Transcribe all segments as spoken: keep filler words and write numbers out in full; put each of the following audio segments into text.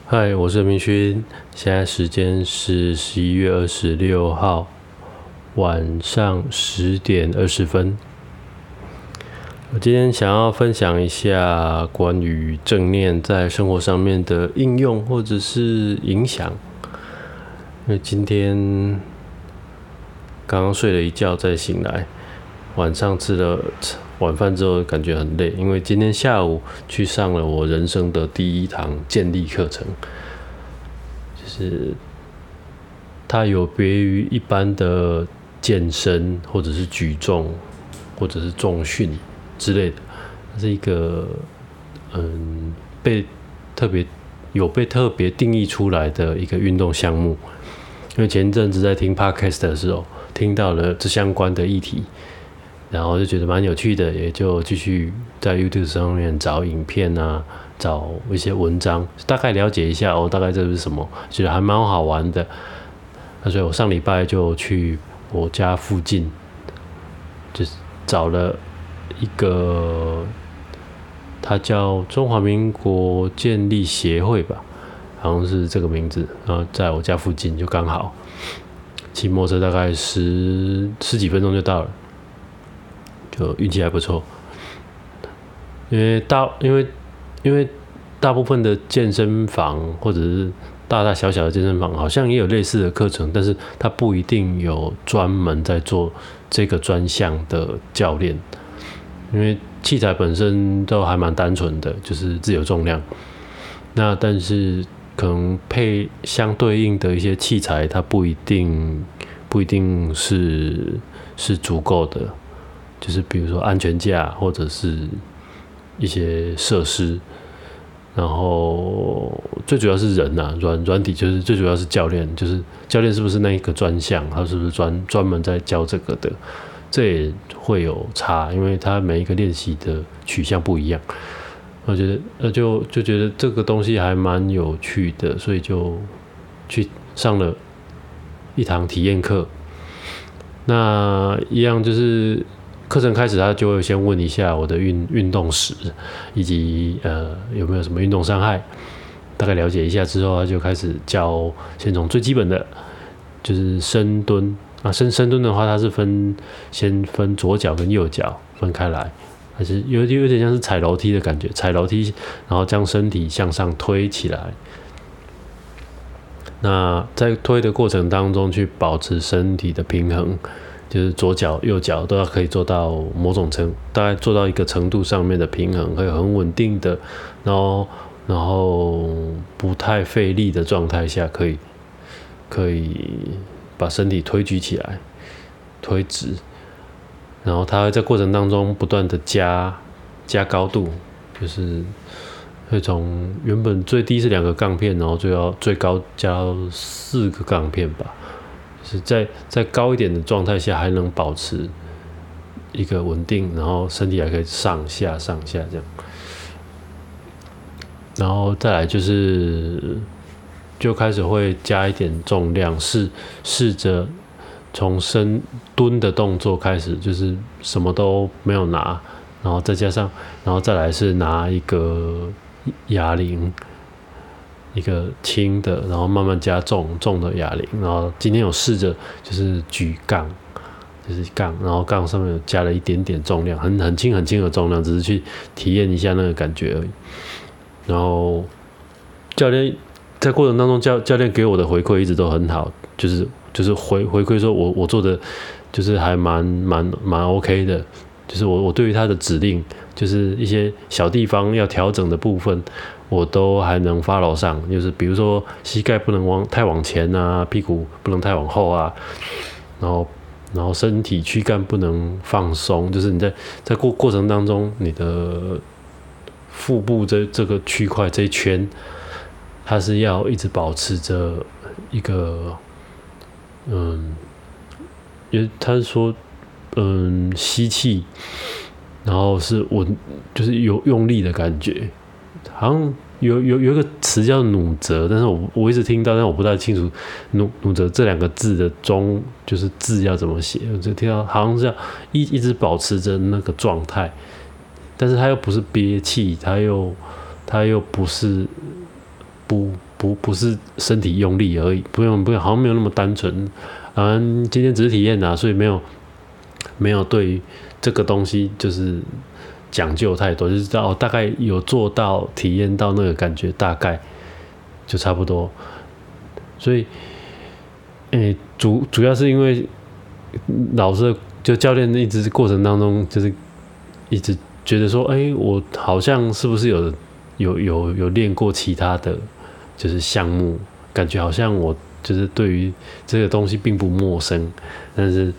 嗨，我是明勋，现在时间是十一月二十六号晚上十点二十分。我今天想要分享一下关于正念在生活上面的应用或者是影响。因为今天刚刚睡了一觉再醒来，晚上吃了晚饭之后感觉很累，因为今天下午去上了我人生的第一堂健力课程，就是它有别于一般的健身或者是举重或者是重训之类的，它是一个嗯被特别有被特别定义出来的一个运动项目。因为前阵子在听 podcast 的时候，听到了这相关的议题，然后就觉得蛮有趣的，也就继续在 YouTube 上面找影片啊，找一些文章，大概了解一下哦，大概这是什么，觉得还蛮好玩的。那所以我上礼拜就去我家附近，就是找了一个，它叫中华民国健力协会吧，好像是这个名字，然后在我家附近就刚好，骑摩托车大概十十几分钟就到了。就运气还不错，因为大因为因为大部分的健身房或者是大大小小的健身房好像也有类似的课程，但是它不一定有专门在做这个专项的教练，因为器材本身都还蛮单纯的，就是自由重量。那但是可能配相对应的一些器材，它不一定不一定是是足够的。就是比如说安全架或者是一些设施，然后最主要是人啊，软软体就是最主要是教练，就是教练是不是那一个专项，他是不是专专门在教这个的，这也会有差，因为他每一个练习的取向不一样。我觉得呃就就觉得这个东西还蛮有趣的，所以就去上了一堂体验课。那一样就是课程开始，他就会先问一下我的运运动史，以及呃有没有什么运动伤害，大概了解一下之后，他就开始教，先从最基本的，就是深蹲啊，深深蹲的话，它是分先分左脚跟右脚分开来，还是有有点像是踩楼梯的感觉，踩楼梯，然后将身体向上推起来。那在推的过程当中，去保持身体的平衡。就是左脚、右脚都要可以做到某种程，大概做到一个程度上面的平衡，可以很稳定的，然后然后不太费力的状态下，可以可以把身体推举起来，推直，然后它会在过程当中不断的加加高度，就是会从原本最低是两个杠片，然后最高最高加到四个杠片吧。是在在高一点的状态下，还能保持一个稳定，然后身体还可以上下上下这样，然后再来就是就开始会加一点重量，试试着从深蹲的动作开始，就是什么都没有拿，然后再加上，然后再来是拿一个哑铃。一个轻的，然后慢慢加重重的哑铃，然后今天有试着就是举杠，就是杠，然后杠上面有加了一点点重量，很很轻很轻的重量，只是去体验一下那个感觉而已。然后教练在过程当中教教练给我的回馈一直都很好，就是就是回回馈说我我做的就是还蛮蛮蛮 OK 的，就是我我对于他的指令，就是一些小地方要调整的部分。我都还能 follow 上，就是比如说膝盖不能往太往前啊，屁股不能太往后啊，然后然后身体躯干不能放松，就是你在在过过程当中，你的腹部这这个区块这一圈，它是要一直保持着一个嗯，因为他是说嗯吸气，然后是稳，就是有用力的感觉。好像有有有一个词叫弩折，但是我我一直听到，但我不太清楚弩弩折这两个字的中就是字要怎么写，我就听到好像是要一一直保持着那个状态，但是它又不是憋气，它又它又不是不不不是身体用力而已，不用不用，好像没有那么单纯。嗯，今天只是体验啊，所以没有没有对于这个东西就是讲究太多，就是知道、哦、大概有做到体验到那个感觉，大概就差不多。所以，诶，主主要是因为老师就教练一直过程当中就是一直觉得说，哎，我好像是不是有有有有练过其他的就是项目，感觉好像我就是对于这个东西并不陌生，但是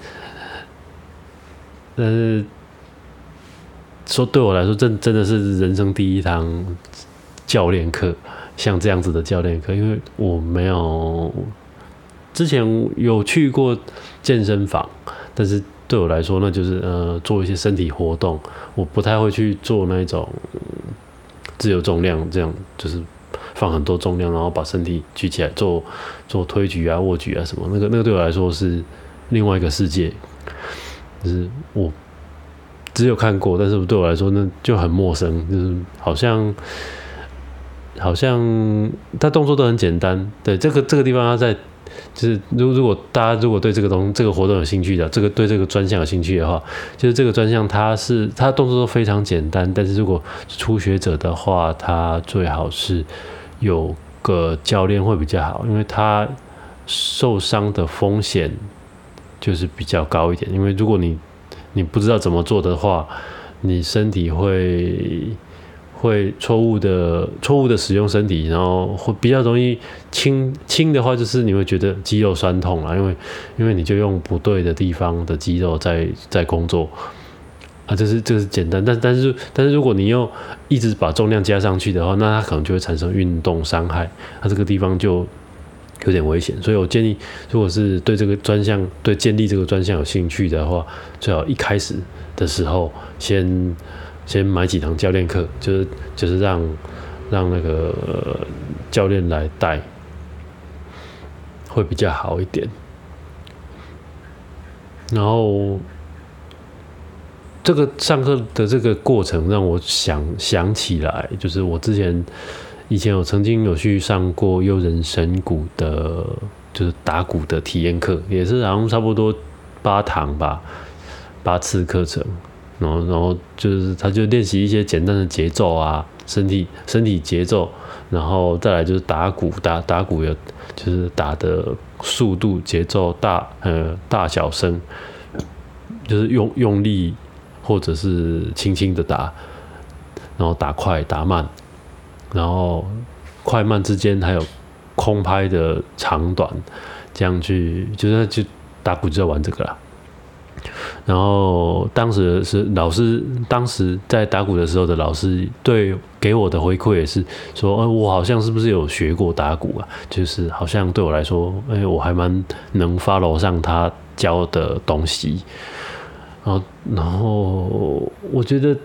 但是说对我来说，真真的是人生第一堂教练课，像这样子的教练课，因为我没有之前有去过健身房，但是对我来说，那就是呃做一些身体活动，我不太会去做那种自由重量，这样就是放很多重量，然后把身体举起来做做推举啊、握举啊什么，那个那个对我来说是另外一个世界，就是我只有看过，但是对我来说那就很陌生，就是好像好像他动作都很简单，对这个这个地方他在。就是如如果大家如果对这个东这个活动有兴趣的，这个对这个专项有兴趣的话，就是这个专项它是它动作都非常简单，但是如果初学者的话，他最好是有个教练会比较好，因为他受伤的风险就是比较高一点，因为如果你你不知道怎么做的话，你身体会。会错误的错误的使用身体，然后会比较容易轻轻的话，就是你会觉得肌肉酸痛啦，因为因为你就用不对的地方的肌肉在在工作啊，这是这是简单，但但是但是如果你又一直把重量加上去的话，那它可能就会产生运动伤害，它这个地方就有点危险，所以我建议，如果是对这个专项对建立这个专项有兴趣的话，最好一开始的时候先。先买几堂教练课，就是就是让让那个、呃、教练来带，会比较好一点。然后这个上课的这个过程让我想想起来，就是我之前以前有曾经有去上过悠人神鼓的，就是打鼓的体验课，也是好像差不多八堂吧，八次课程。然后，然后就是他就练习一些简单的节奏啊，身体身体节奏，然后再来就是打鼓，打打鼓有就是打的速度、节奏、大呃大小声，就是用用力或者是轻轻的打，然后打快打慢，然后快慢之间还有空拍的长短，这样去就是就打鼓就在玩这个啦。然后当时是老师，当时在打鼓的时候的老师对给我的回馈也是说，哎，我好像是不是有学过打鼓啊？就是好像对我来说，哎，我还蛮能 follow 上他教的东西。然后，然后我觉得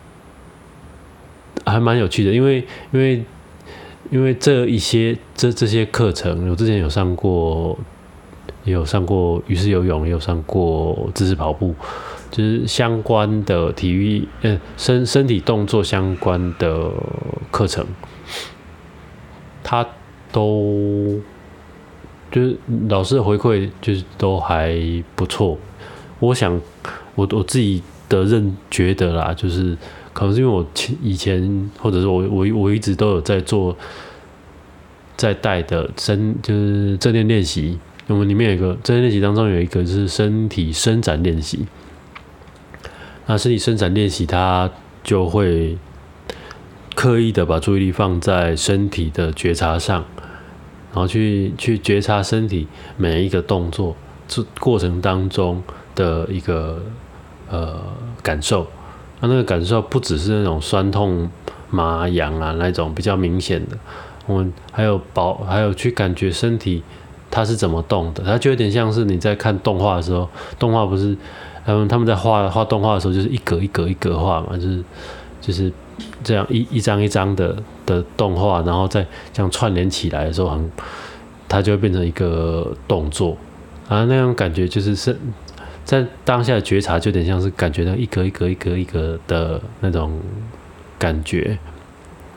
还蛮有趣的，因为因为因为这一些这这些课程，我之前有上过。也有上过鱼式游泳，也有上过姿势跑步，就是相关的体育，呃，身身体动作相关的课程，他都就是老师的回馈就是都还不错。我想我我自己的认觉得啦，就是可能是因为我以前或者是我我我一直都有在做在带的身就是正念练习。我们里面有一个正念练习当中有一个是身体伸展练习，那身体伸展练习它就会刻意的把注意力放在身体的觉察上，然后去去觉察身体每一个动作这过程当中的一个呃感受，那那个感受不只是那种酸痛麻痒啊那种比较明显的，我们还有保还有去感觉身体。它是怎么动的？它就有点像是你在看动画的时候，动画不是，嗯，他们在画画动画的时候，就是一格一格一格画嘛，就是就是这样一一张一张的的动画，然后再这样串联起来的时候，很，它就会变成一个动作啊，那种感觉就是是在当下的觉察，就有点像是感觉到一格一格一格一格的那种感觉。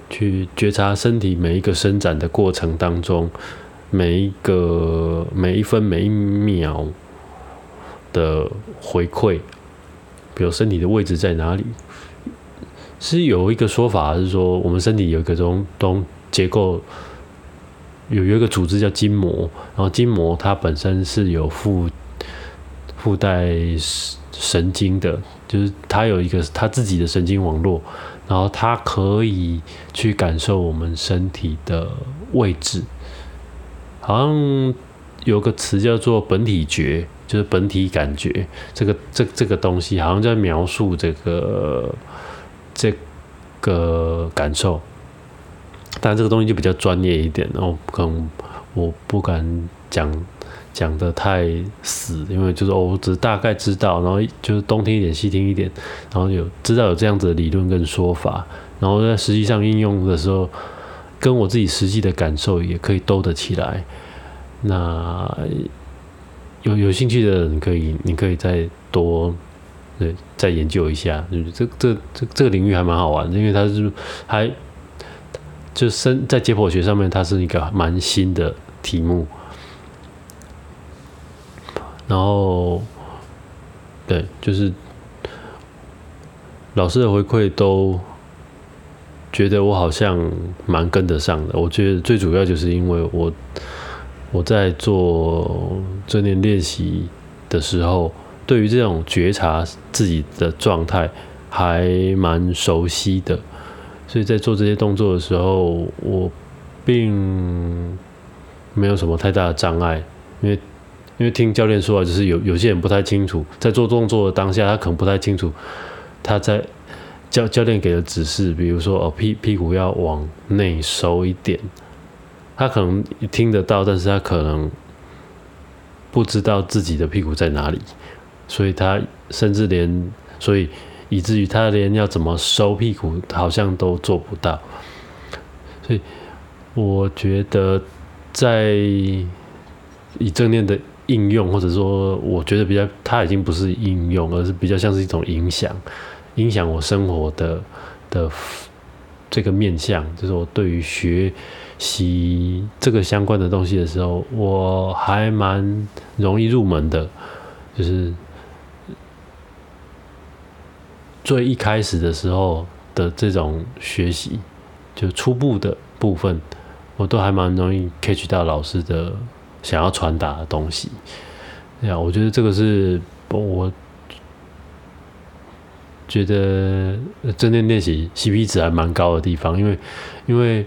去觉察身体每一个伸展的过程当中，每一个每一分每一秒的回馈，比如身体的位置在哪里。是有一个说法是说，我们身体有一个东东结构，有有一个组织叫筋膜，然后筋膜它本身是有附附带神经的，就是它有一个它自己的神经网络，然后它可以去感受我们身体的位置。好像有个词叫做本体觉，就是本体感觉，这个这这个东西好像在描述这个。这个感受，但这个东西就比较专业一点，然后可能我不敢讲讲得太死，因为就是、哦、我只是大概知道，然后就是东听一点西听一点，然后有知道有这样子的理论跟说法，然后在实际上应用的时候，跟我自己实际的感受也可以兜得起来。那有有兴趣的人可以，你可以再多。对，再研究一下，这这这这个领域还蛮好玩的，因为它是还就生在解剖学上面，它是一个蛮新的题目。然后，对，就是老师的回馈都觉得我好像蛮跟得上的。我觉得最主要就是因为我我在做正念练习的时候。对于这种觉察自己的状态还蛮熟悉的，所以在做这些动作的时候，我并没有什么太大的障碍，因为因为听教练说啊，就是有有些人不太清楚，在做动作的当下，他可能不太清楚他在教教练给的指示，比如说哦屁屁股要往内收一点，他可能听得到，但是他可能不知道自己的屁股在哪里。所以他甚至连，所以以至于他连要怎么收屁股，好像都做不到。所以我觉得，在以正念的应用，或者说，我觉得比较，它已经不是应用，而是比较像是一种影响，影响我生活的的这个面向，就是我对于学习这个相关的东西的时候，我还蛮容易入门的，就是。最一开始的时候的这种学习，就初步的部分，我都还蛮容易 catch 到老师的想要传达的东西。对啊，我觉得这个是我觉得正念练习 C P 值还蛮高的地方，因为因为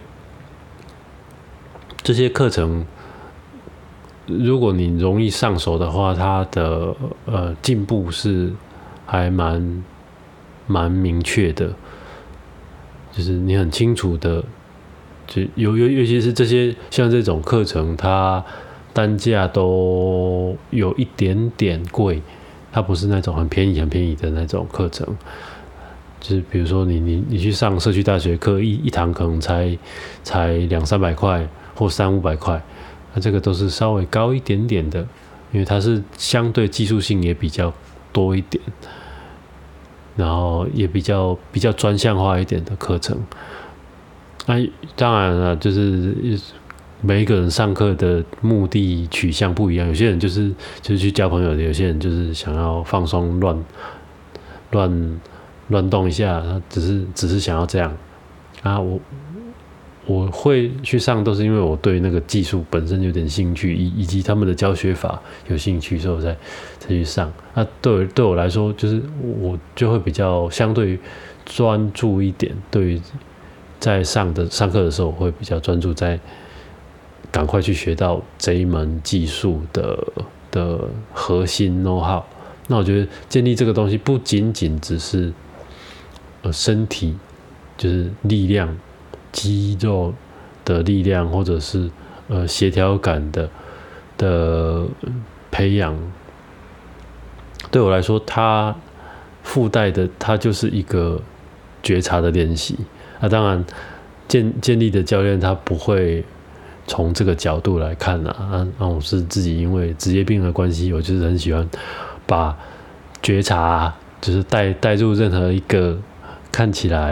这些课程，如果你容易上手的话，它的呃进步是还蛮。蛮明确的，就是你很清楚的，就尤尤尤其是这些像这种课程，它单价都有一点点贵，它不是那种很便宜很便宜的那种课程。就是比如说你你你去上社区大学课，一一堂可能才才两三百块或三五百块，那这个都是稍微高一点点的，因为它是相对技术性也比较多一点。然后也比较比较专项化一点的课程，那当然了，就是每一个人上课的目的取向不一样，有些人就是就是去交朋友的，有些人就是想要放松乱乱乱动一下，只是只是想要这样啊。我我会去上，都是因为我对那个技术本身有点兴趣，以以及他们的教学法有兴趣，所以我才才去上。那对我对我来说，就是我就会比较相对专注一点。对于在上的上课的时候，我会比较专注在赶快去学到这一门技术的的核心 know how。那我觉得建立这个东西不仅仅只是呃身体，就是力量。肌肉的力量，或者是呃协调感的的培养，对我来说，它附带的它就是一个觉察的练习。啊，当然建建立的教练他不会从这个角度来看啊。啊，那我是自己因为职业病的关系，我就是很喜欢把觉察就是带带入任何一个看起来。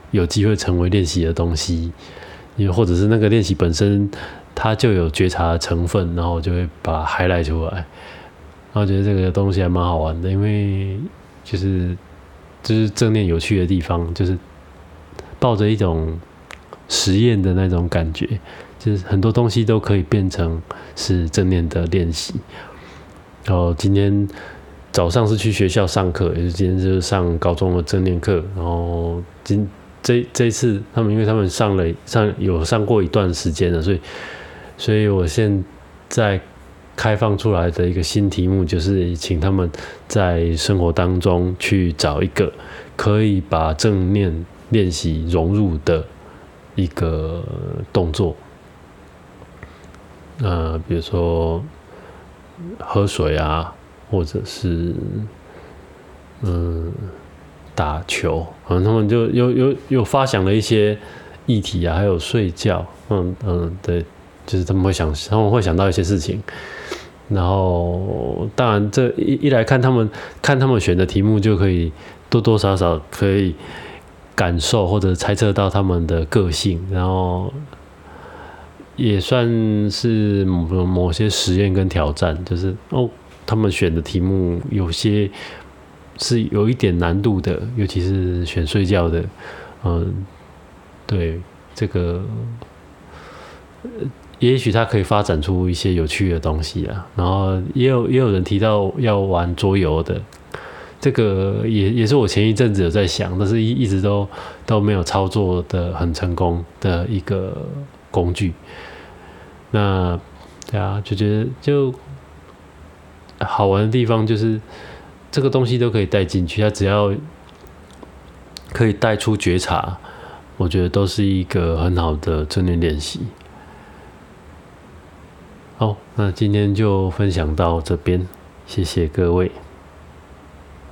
有机会成为练习的东西，也或者是那个练习本身它就有觉察的成分，然后我就会把它 highlight 出来。然后觉得这个东西还蛮好玩的，因为就是就是正念有趣的地方，就是抱着一种实验的那种感觉，就是很多东西都可以变成是正念的练习。然后今天早上是去学校上课，也是今天就是上高中的正念课。然后今这这一次他们因为他们上了上有上过一段时间了，所以所以我现在开放出来的一个新题目，就是请他们在生活当中去找一个可以把正念练习融入的一个动作。呃，比如说喝水啊，或者是嗯打球，可能他们就有有有发想了一些议题啊，还有睡觉，嗯嗯，对，就是他们会想他们会想到一些事情。然后，当然，这一一来看他们看他们选的题目，就可以多多少少可以感受或者猜测到他们的个性，然后也算是某某些实验跟挑战，就是哦，他们选的题目有些是有一点难度的，尤其是选睡觉的，嗯，对这个。也许它可以发展出一些有趣的东西啊，然后也有也有人提到要玩桌游的，这个也也是我前一阵子有在想，但是一一直都都没有操作的很成功的一个工具。那对啊，就觉得就好玩的地方就是这个东西都可以带进去，它只要可以带出觉察，我觉得都是一个很好的正念练习。好，那今天就分享到这边，谢谢各位。